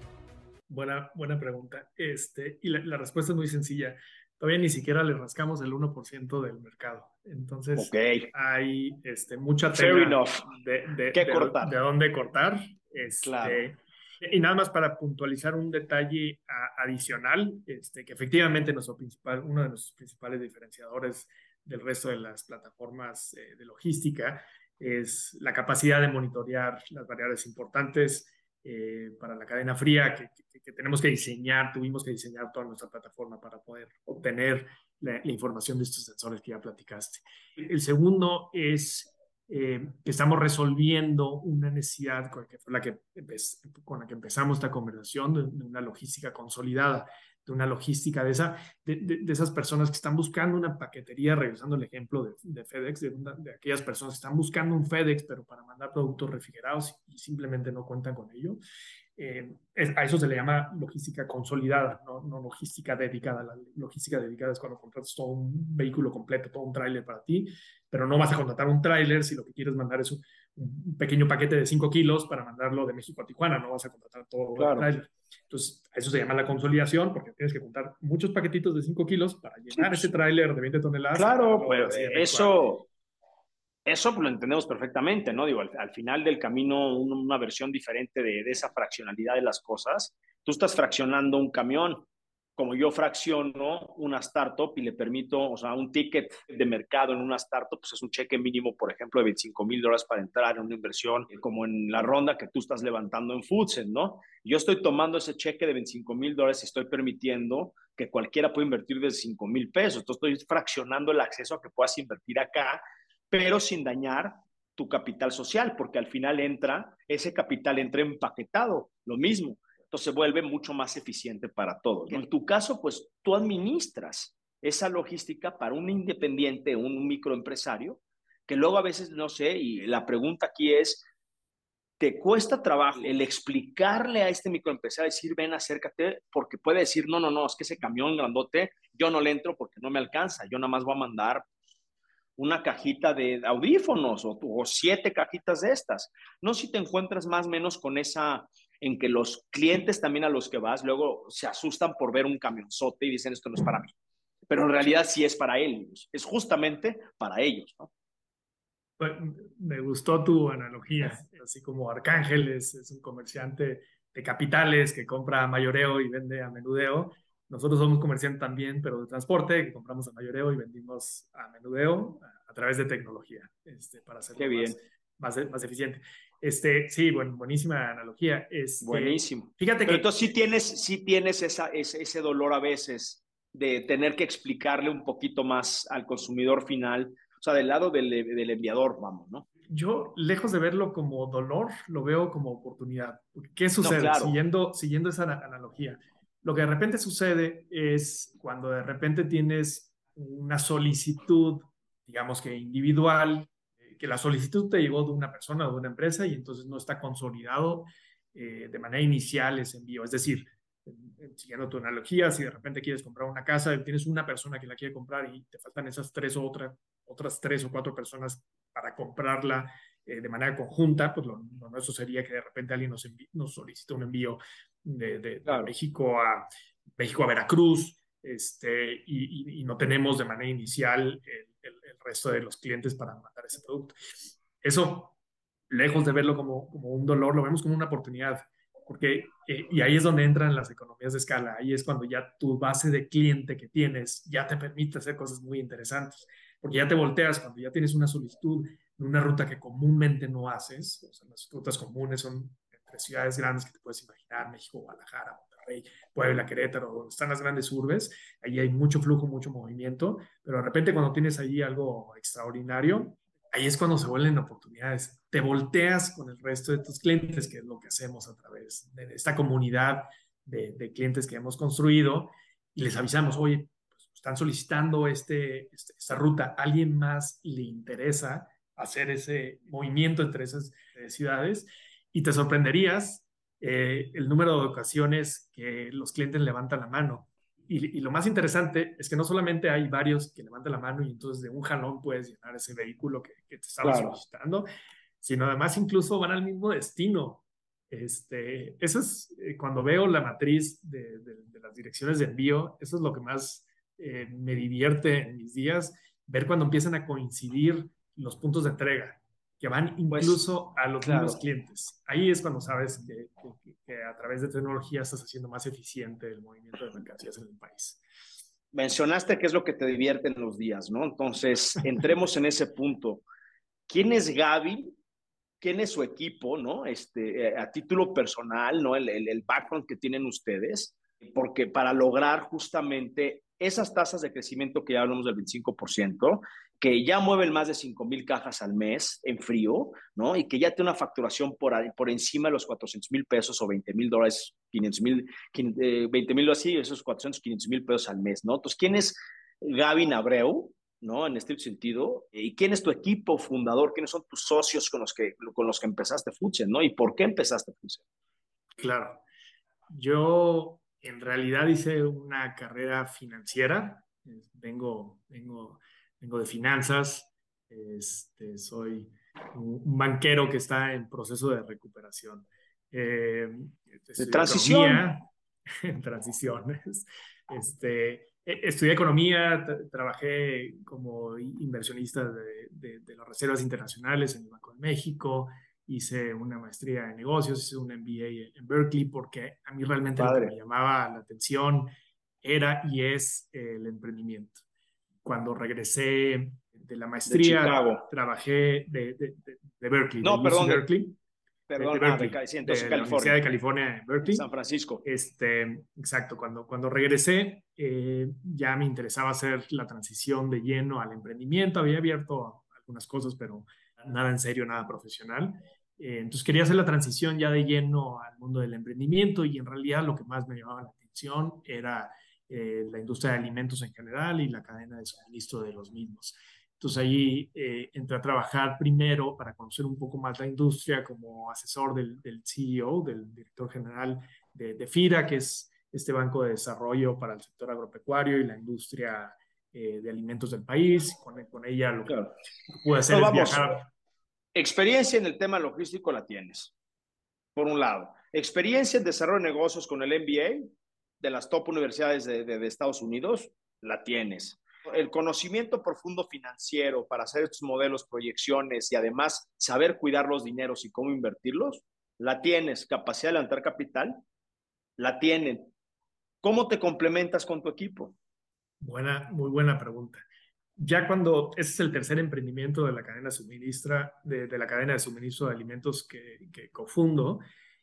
Buena, buena pregunta. Este, y la, la respuesta es muy sencilla. Todavía ni siquiera le rascamos el uno por ciento del mercado. Entonces, okay. hay este, mucha Fair tela enough. de, de, ¿Qué de, cortar? de dónde cortar. Este, claro. Y nada más para puntualizar un detalle a, adicional, este, que efectivamente nuestro principal, uno de nuestros principales diferenciadores del resto de las plataformas eh, de logística es la capacidad de monitorear las variables importantes eh, para la cadena fría que, que, que tenemos que diseñar, tuvimos que diseñar toda nuestra plataforma para poder obtener la, la información de estos sensores que ya platicaste. El segundo es Eh, que estamos resolviendo una necesidad con, que fue la que, con la que empezamos esta conversación, de, de una logística consolidada, de una logística de, esa, de, de, de esas personas que están buscando una paquetería, regresando al ejemplo de, de FedEx, de, una, de aquellas personas que están buscando un FedEx, pero para mandar productos refrigerados y simplemente no cuentan con ello. Eh, es, a eso se le llama logística consolidada, no, no logística dedicada. La logística dedicada es cuando contratas todo un vehículo completo, todo un tráiler para ti, pero no vas a contratar un tráiler si lo que quieres mandar es un, un pequeño paquete de cinco kilos para mandarlo de México a Tijuana, no vas a contratar todo claro. el tráiler. Entonces, a eso se llama la consolidación, porque tienes que contar muchos paquetitos de cinco kilos para llenar sí, ese tráiler de veinte toneladas. Claro, pero eso... Eso lo entendemos perfectamente, ¿no? Digo, al, al final del camino, un, una versión diferente de, de esa fraccionalidad de las cosas. Tú estás fraccionando un camión, como yo fracciono una startup y le permito, o sea, un ticket de mercado en una startup, pues es un cheque mínimo, por ejemplo, de veinticinco mil dólares para entrar en una inversión, como en la ronda que tú estás levantando en Foodsen, ¿no? Yo estoy tomando ese cheque de veinticinco mil dólares y estoy permitiendo que cualquiera pueda invertir de cinco mil pesos. Entonces estoy fraccionando el acceso a que puedas invertir acá, pero sin dañar tu capital social, porque al final entra, ese capital entra empaquetado, lo mismo. Entonces se vuelve mucho más eficiente para todos, ¿no? En tu caso, pues tú administras esa logística para un independiente, un microempresario, que luego a veces, no sé, y la pregunta aquí es, ¿te cuesta trabajo el explicarle a este microempresario, decir, ven, acércate, porque puede decir, no, no, no, es que ese camión grandote, yo no le entro porque no me alcanza, yo nada más voy a mandar una cajita de audífonos o, o siete cajitas de estas. No sé si te encuentras más o menos con esa, en que los clientes también a los que vas luego se asustan por ver un camionzote y dicen esto no es para mí. Pero en realidad sí es para ellos, es justamente para ellos, ¿no? Me gustó tu analogía, así como Arcángel es, es un comerciante de capitales que compra a mayoreo y vende a menudeo. Nosotros somos comerciantes también, pero de transporte, que compramos a mayoreo y vendimos a menudeo a, a través de tecnología, este, para hacerlo más, más, más eficiente. Este, sí, bueno, buenísima analogía. Este, Buenísimo. Fíjate pero que... entonces sí tienes, sí tienes esa, ese, ese dolor a veces de tener que explicarle un poquito más al consumidor final, o sea, del lado del, del enviador, vamos, ¿no? Yo, lejos de verlo como dolor, lo veo como oportunidad. ¿Qué sucede? No, claro. Siguiendo, siguiendo esa analogía. Lo que de repente sucede es cuando de repente tienes una solicitud, digamos que individual, eh, que la solicitud te llegó de una persona o de una empresa y entonces no está consolidado eh, de manera inicial ese envío. Es decir, siguiendo tu analogía, si de repente quieres comprar una casa, tienes una persona que la quiere comprar y te faltan esas tres o otra, otras tres o cuatro personas para comprarla eh, de manera conjunta, pues lo, lo nuestro sería que de repente alguien nos, nos solicita un envío de, de, claro. de México, a, México a Veracruz, este, y, y, y no tenemos de manera inicial el, el, el resto de los clientes para mandar ese producto. Eso, lejos de verlo como, como un dolor, lo vemos como una oportunidad. Porque, eh, y ahí es donde entran las economías de escala, ahí es cuando ya tu base de cliente que tienes ya te permite hacer cosas muy interesantes, porque ya te volteas cuando ya tienes una solicitud en una ruta que comúnmente no haces, o sea, las rutas comunes son entre ciudades grandes que te puedes imaginar, México, Guadalajara, Monterrey, Puebla, Querétaro, donde están las grandes urbes, ahí hay mucho flujo, mucho movimiento, pero de repente cuando tienes ahí algo extraordinario, ahí es cuando se vuelven oportunidades. Te volteas con el resto de tus clientes, que es lo que hacemos a través de esta comunidad de, de clientes que hemos construido, y les avisamos, oye, pues están solicitando este, este, esta ruta, ¿a alguien más le interesa hacer ese movimiento entre esas eh, ciudades? Y te sorprenderías eh, el número de ocasiones que los clientes levantan la mano. Y, y, lo más interesante es que no solamente hay varios que levantan la mano y entonces de un jalón puedes llenar ese vehículo que, que te estaba Claro. solicitando, sino además incluso van al mismo destino. Este, eso es eh, cuando veo la matriz de, de, de las direcciones de envío, eso es lo que más eh, me divierte en mis días, ver cuando empiezan a coincidir los puntos de entrega, que van incluso Pues, a los claro. mismos clientes. Ahí es cuando sabes que, que, que a través de tecnología estás haciendo más eficiente el movimiento de mercancías en el país. Mencionaste qué es lo que te divierte en los días, ¿no? Entonces, entremos en ese punto. ¿Quién es Gaby? ¿Quién es su equipo, no? Este, a título personal, ¿no? El, el, el background que tienen ustedes, porque para lograr justamente esas tasas de crecimiento que ya hablamos del veinticinco por ciento, que ya mueven más de cinco mil cajas al mes en frío, ¿no? Y que ya tiene una facturación por, por encima de los cuatrocientos mil pesos o veinte mil dólares, quinientos mil, veinte mil así, esos cuatrocientos, quinientos mil pesos al mes, ¿no? Entonces, ¿quién es Gaby Abreu? ¿No? En este sentido. ¿Y quién es tu equipo fundador? ¿Quiénes son tus socios con los que, con los que empezaste Foodsen, ¿no? ¿Y por qué empezaste Foodsen? Claro. Yo en realidad hice una carrera financiera. Vengo, vengo, vengo de finanzas. Este, soy un banquero que está en proceso de recuperación. Eh, de transición. Economía, en transiciones. Este, estudié economía, trabajé como inversionista de, de, de las reservas internacionales en el Banco de México, hice una maestría en negocios, hice un M B A en Berkeley, porque a mí realmente Padre. Lo que me llamaba la atención era y es el emprendimiento. Cuando regresé de la maestría, de Chicago. Trabajé de, de, de, de Berkeley, no, de perdón, Berkeley. Perdón, de Berkeley, ah, de, sí, entonces, de California. la Universidad de California en Berkeley. San Francisco. Este, exacto, cuando, cuando regresé eh, ya me interesaba hacer la transición de lleno al emprendimiento. Había abierto algunas cosas, pero nada en serio, nada profesional. Eh, entonces quería hacer la transición ya de lleno al mundo del emprendimiento y en realidad lo que más me llamaba la atención era eh, la industria de alimentos en general y la cadena de suministro de los mismos. Entonces ahí eh, entré a trabajar primero para conocer un poco más la industria como asesor del, del C E O, del director general de, de FIRA, que es este banco de desarrollo para el sector agropecuario y la industria eh, de alimentos del país. Con, con ella lo que, claro. lo que pude hacer no, es vamos, viajar. Experiencia en el tema logístico la tienes, por un lado. Experiencia en desarrollo de negocios con el M B A de las top universidades de, de, de Estados Unidos, la tienes. El conocimiento profundo financiero para hacer estos modelos, proyecciones y además saber cuidar los dineros y cómo invertirlos, la tienes. Capacidad de levantar capital, la tienen. ¿Cómo te complementas con tu equipo? Buena, muy buena pregunta. Ya cuando, ese es el tercer emprendimiento de la cadena suministra, de, de la cadena de suministro de alimentos que, que cofundo,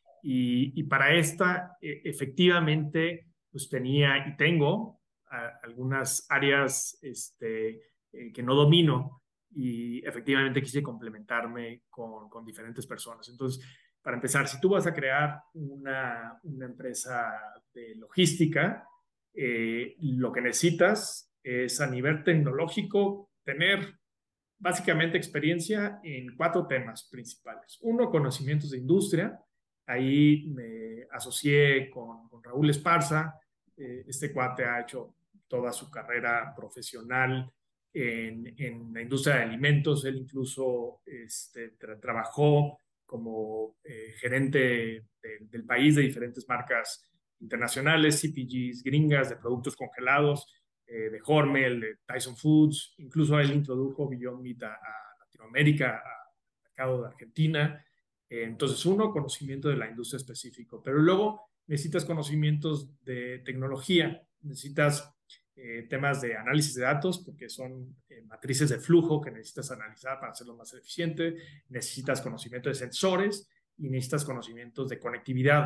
y, y para esta e, efectivamente pues tenía y tengo a, algunas áreas este, eh, que no domino y efectivamente quise complementarme con, con diferentes personas. Entonces, para empezar, si tú vas a crear una, una empresa de logística, eh, lo que necesitas es a nivel tecnológico tener básicamente experiencia en cuatro temas principales. Uno, conocimientos de industria. Ahí me asocié con, con Raúl Esparza. Eh, este cuate ha hecho toda su carrera profesional en, en la industria de alimentos. Él incluso este, tra trabajó como eh, gerente de, del país de diferentes marcas internacionales, C P Gs gringas, de productos congelados, eh, de Hormel, de Tyson Foods. Incluso él introdujo Beyond Meat a, a Latinoamérica, al mercado de Argentina. Eh, entonces, uno, conocimiento de la industria específico, pero luego necesitas conocimientos de tecnología, necesitas eh, temas de análisis de datos, porque son eh, matrices de flujo que necesitas analizar para hacerlo más eficiente, necesitas conocimiento de sensores y necesitas conocimientos de conectividad,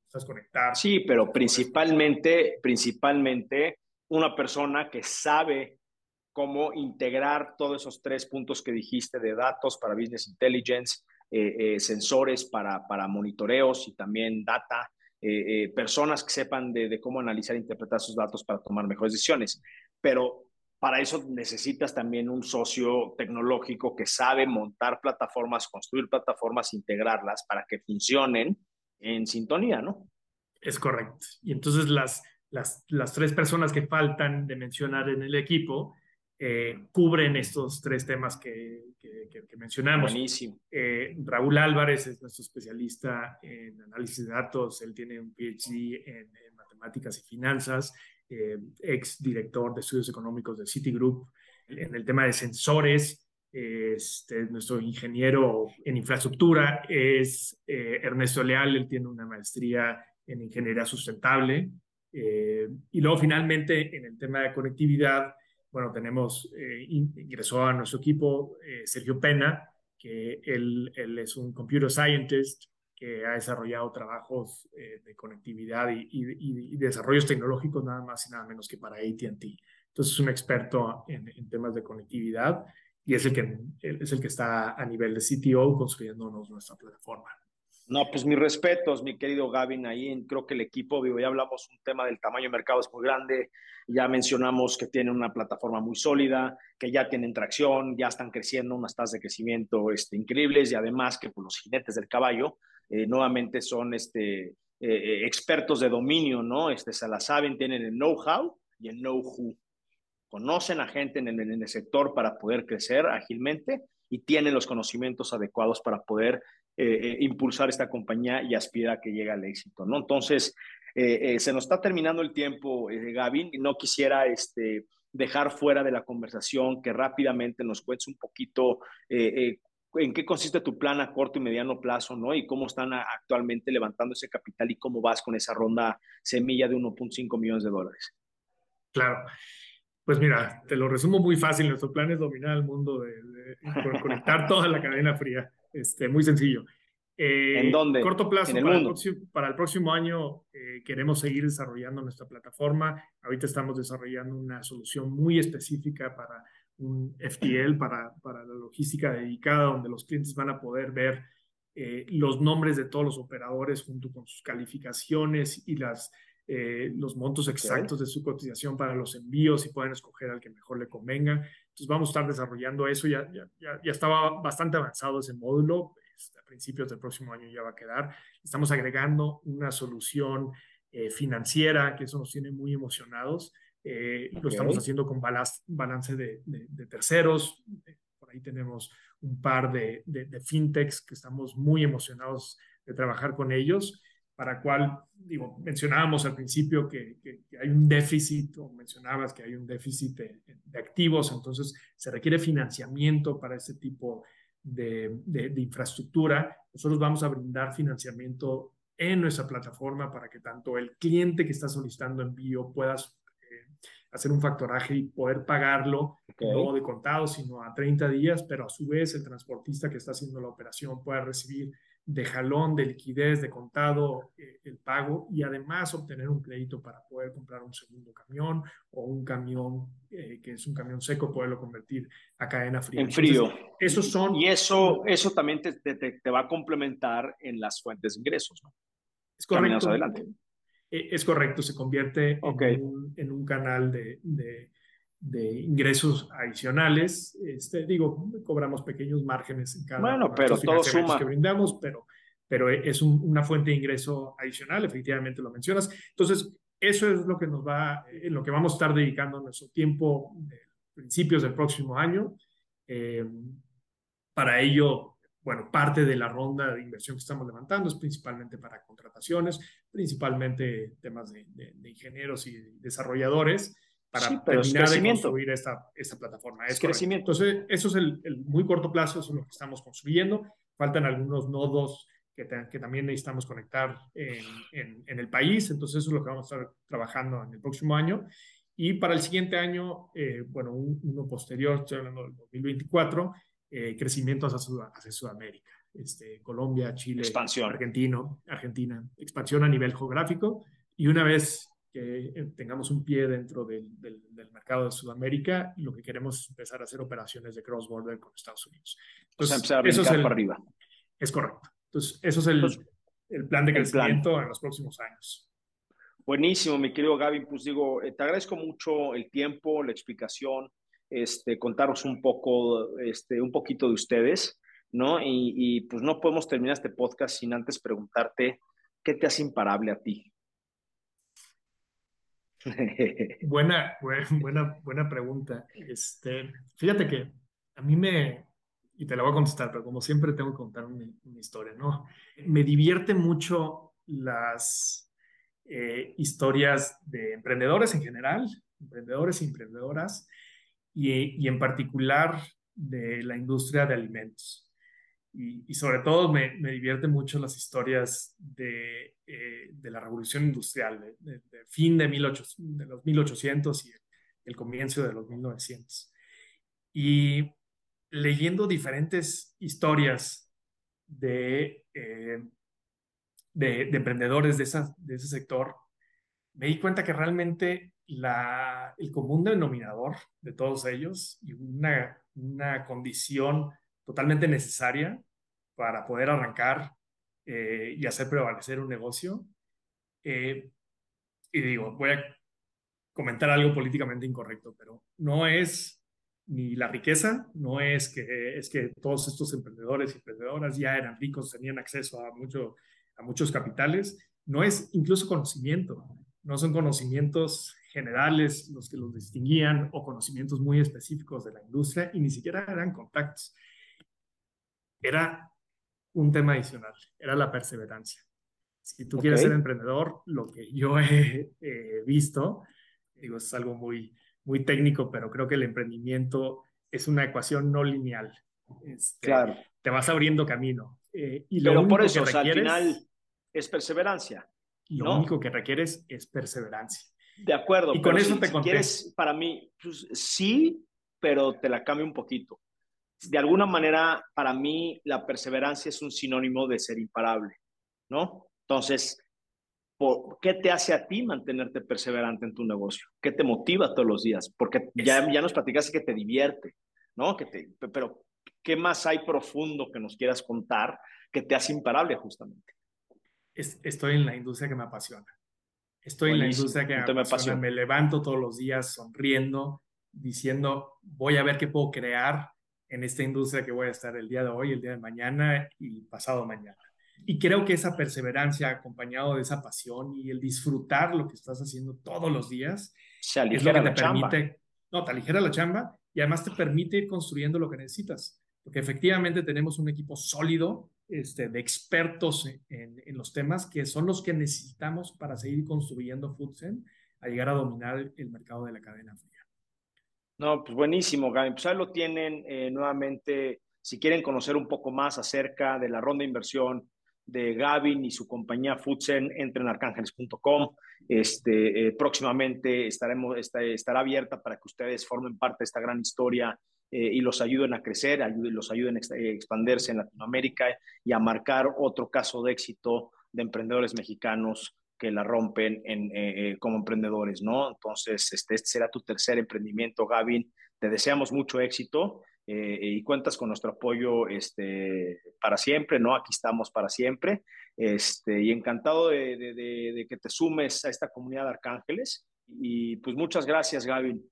necesitas conectar. Sí, pero principalmente, principalmente una persona que sabe cómo integrar todos esos tres puntos que dijiste de datos para business intelligence, eh, eh, sensores para, para monitoreos y también data, eh, eh, personas que sepan de, de cómo analizar e interpretar esos datos para tomar mejores decisiones. Pero para eso necesitas también un socio tecnológico que sabe montar plataformas, construir plataformas, integrarlas para que funcionen en sintonía, ¿no? Es correcto. Y entonces las, las, las tres personas que faltan de mencionar en el equipo eh, cubren estos tres temas que, que, que, que mencionamos. Buenísimo. Eh, Raúl Álvarez es nuestro especialista en análisis de datos. Él tiene un P H D en, en matemáticas y finanzas, eh, ex director de estudios económicos de Citigroup. En el tema de sensores, este, nuestro ingeniero en infraestructura es eh, Ernesto Leal. Él tiene una maestría en ingeniería sustentable. Eh, y luego finalmente en el tema de conectividad, bueno, tenemos, eh, ingresó a nuestro equipo eh, Sergio Pena, que él, él es un computer scientist que ha desarrollado trabajos eh, de conectividad y, y, y desarrollos tecnológicos nada más y nada menos que para A T and T. Entonces es un experto en, en temas de conectividad y es el, que, es el que está a nivel de C T O construyéndonos nuestra plataforma. No, pues mis respetos, mi querido Gavin, ahí creo que el equipo, digo, ya hablamos un tema del tamaño de mercado es muy grande, ya mencionamos que tienen una plataforma muy sólida, que ya tienen tracción, ya están creciendo, unas tasas de crecimiento este, increíbles y además que pues, los jinetes del caballo eh, nuevamente son este, eh, expertos de dominio, ¿no? Este, se la saben, tienen el know-how y el know-who. Conocen a gente en el, en el sector para poder crecer ágilmente y tienen los conocimientos adecuados para poder eh, impulsar esta compañía y aspirar a que llegue al éxito, ¿no? Entonces, eh, eh, se nos está terminando el tiempo, eh, Gavin, y no quisiera este, dejar fuera de la conversación que rápidamente nos cuentes un poquito eh, eh, en qué consiste tu plan a corto y mediano plazo, ¿no? Y cómo están a, actualmente levantando ese capital y cómo vas con esa ronda semilla de uno punto cinco millones de dólares. Claro. Pues mira, te lo resumo muy fácil. Nuestro plan es dominar el mundo, de, de, de conectar toda la cadena fría. Este, muy sencillo. Eh, ¿En dónde? Corto plazo, en el para, mundo. el próximo, para el próximo año eh, queremos seguir desarrollando nuestra plataforma. Ahorita estamos desarrollando una solución muy específica para un F T L, para, para la logística dedicada, donde los clientes van a poder ver eh, los nombres de todos los operadores junto con sus calificaciones y las Eh, los montos exactos okay. de su cotización para los envíos y pueden escoger al que mejor le convenga. Entonces vamos a estar desarrollando eso. Ya, ya, ya, ya estaba bastante avanzado ese módulo. Este, a principios del próximo año ya va a quedar. Estamos agregando una solución eh, financiera, que eso nos tiene muy emocionados. Eh, okay. Lo estamos haciendo con balance, balance de, de, de terceros. Por ahí tenemos un par de, de, de fintechs que estamos muy emocionados de trabajar con ellos, para cual, digo, mencionábamos al principio que, que, que hay un déficit, o mencionabas que hay un déficit de, de activos, entonces se requiere financiamiento para este tipo de, de, de infraestructura. Nosotros vamos a brindar financiamiento en nuestra plataforma para que tanto el cliente que está solicitando envío pueda eh, hacer un factoraje y poder pagarlo, okay. no de contado, sino a treinta días, pero a su vez el transportista que está haciendo la operación pueda recibir de jalón, de liquidez, de contado, eh, el pago y además obtener un crédito para poder comprar un segundo camión o un camión eh, que es un camión seco, poderlo convertir a cadena fría. En frío. Entonces, esos son... Y eso, eso también te, te, te va a complementar en las fuentes de ingresos, ¿no? Es correcto. Adelante. Eh, es correcto, se convierte okay. en, un, en un canal de... de de ingresos adicionales. Este, digo, cobramos pequeños márgenes en cada bueno, pero todo suma. que brindamos, pero, pero es un, una fuente de ingreso adicional, efectivamente lo mencionas. Entonces, eso es lo que nos va, en lo que vamos a estar dedicando nuestro tiempo de principios del próximo año. Eh, para ello, bueno, parte de la ronda de inversión que estamos levantando es principalmente para contrataciones, principalmente temas de, de, de ingenieros y desarrolladores, para sí, pero terminar es de construir esta, esta plataforma. Es, es crecimiento. Entonces, eso es el, el muy corto plazo, eso es lo que estamos construyendo. Faltan algunos nodos que, te, que también necesitamos conectar en, en, en el país, entonces eso es lo que vamos a estar trabajando en el próximo año. Y para el siguiente año, eh, bueno, un, uno posterior, estoy hablando del dos mil veinticuatro, eh, crecimiento hacia, Sud hacia Sudamérica. este, Colombia, Chile, Expansión. Argentino, Argentina, expansión a nivel geográfico. Y una vez que tengamos un pie dentro del, del, del mercado de Sudamérica, lo que queremos es empezar a hacer operaciones de cross-border con Estados Unidos. Entonces, o sea, empezar a eso es brincar el, para arriba. Es correcto. Entonces, eso es el, Entonces, el plan de el crecimiento plan. en los próximos años. Buenísimo, mi querido Gavin. Pues digo, eh, te agradezco mucho el tiempo, la explicación, este, contaros un poco, este, un poquito de ustedes, ¿no? Y, y pues no podemos terminar este podcast sin antes preguntarte, ¿qué te hace imparable a ti? Buena, buena, buena pregunta. Este, fíjate que a mí me, y te la voy a contestar, pero como siempre tengo que contar una, una historia, ¿no? Me divierte mucho las eh, historias de emprendedores en general, emprendedores y emprendedoras, y, y en particular de la industria de alimentos. Y, y sobre todo me, me divierten mucho las historias de, eh, de la revolución industrial, de, de, de fin de, mil ochocientos, de los mil ochocientos y el, el comienzo de los mil novecientos. Y leyendo diferentes historias de, eh, de, de emprendedores de, esa, de ese sector, me di cuenta que realmente la, el común denominador de todos ellos y una, una condición totalmente necesaria para poder arrancar eh, y hacer prevalecer un negocio. Eh, y digo, voy a comentar algo políticamente incorrecto, pero no es ni la riqueza, no es que, es que todos estos emprendedores y emprendedoras ya eran ricos, tenían acceso a, mucho, a muchos capitales, no es incluso conocimiento, no son conocimientos generales los que los distinguían o conocimientos muy específicos de la industria y ni siquiera eran contactos. Era un tema adicional, era la perseverancia. Si tú quieres ser Ok. emprendedor, lo que yo he eh, visto, digo, es algo muy, muy técnico, pero creo que el emprendimiento es una ecuación no lineal. Este, Claro. te vas abriendo camino eh, y lo Pero por único que eso, o sea, al final requieres, es perseverancia, lo ¿no? único que requieres es perseverancia. De acuerdo, Y con pero eso si, te si conté. quieres, para mí, pues, sí, pero te la cambio un poquito. De alguna manera, para mí, la perseverancia es un sinónimo de ser imparable, ¿no? Entonces, ¿por ¿qué te hace a ti mantenerte perseverante en tu negocio? ¿Qué te motiva todos los días? Porque Es, ya, ya nos platicaste que te divierte, ¿no? Que te, pero, ¿qué más hay profundo que nos quieras contar que te hace imparable justamente? es, estoy en la industria que me apasiona. Estoy en la Buenísimo, industria que me entonces me apasiona. apasiona. Me levanto todos los días sonriendo, diciendo, voy a ver qué puedo crear en esta industria que voy a estar el día de hoy, el día de mañana y pasado mañana. Y creo que esa perseverancia acompañado de esa pasión y el disfrutar lo que estás haciendo todos los días Se es lo que aligera te la chamba. permite, no, te aligera la chamba y además te permite ir construyendo lo que necesitas. Porque efectivamente tenemos un equipo sólido este, de expertos en, en, los temas que son los que necesitamos para seguir construyendo Foodzen a llegar a dominar el mercado de la cadena fría. No, pues buenísimo, Gaby. Pues ahí lo tienen eh, nuevamente. Si quieren conocer un poco más acerca de la ronda de inversión de Gavin y su compañía Foodzen, entren a arcángeles punto com. Este, eh, próximamente estaremos, está, estará abierta para que ustedes formen parte de esta gran historia eh, y los ayuden a crecer, ayuden, los ayuden a expandirse en Latinoamérica y a marcar otro caso de éxito de emprendedores mexicanos que la rompen en, eh, como emprendedores, ¿no? Entonces, este, este será tu tercer emprendimiento, Gavin. Te deseamos mucho éxito eh, y cuentas con nuestro apoyo este, para siempre, ¿no? Aquí estamos para siempre. Este, y encantado de, de, de, de que te sumes a esta comunidad de Arcángeles. Y pues muchas gracias, Gavin.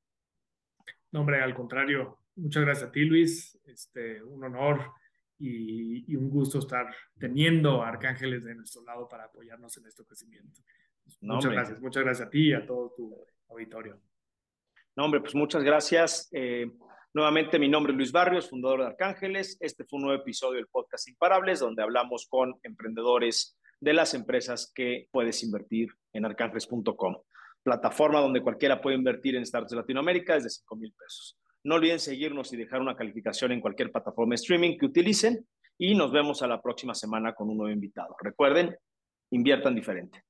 No, hombre, al contrario, muchas gracias a ti, Luis. Este, un honor y, y un gusto estar teniendo a Arcángeles de nuestro lado para apoyarnos en este crecimiento. No, Muchas hombre. gracias, muchas gracias a ti y a todo tu auditorio. No, hombre, pues muchas gracias. Eh, nuevamente, mi nombre es Luis Barrios, fundador de Arcángeles. Este fue un nuevo episodio del podcast Imparables, donde hablamos con emprendedores de las empresas que puedes invertir en arcángeles punto com, plataforma donde cualquiera puede invertir en startups de Latinoamérica desde cinco mil pesos. No olviden seguirnos y dejar una calificación en cualquier plataforma de streaming que utilicen y nos vemos a la próxima semana con un nuevo invitado. Recuerden, inviertan diferente.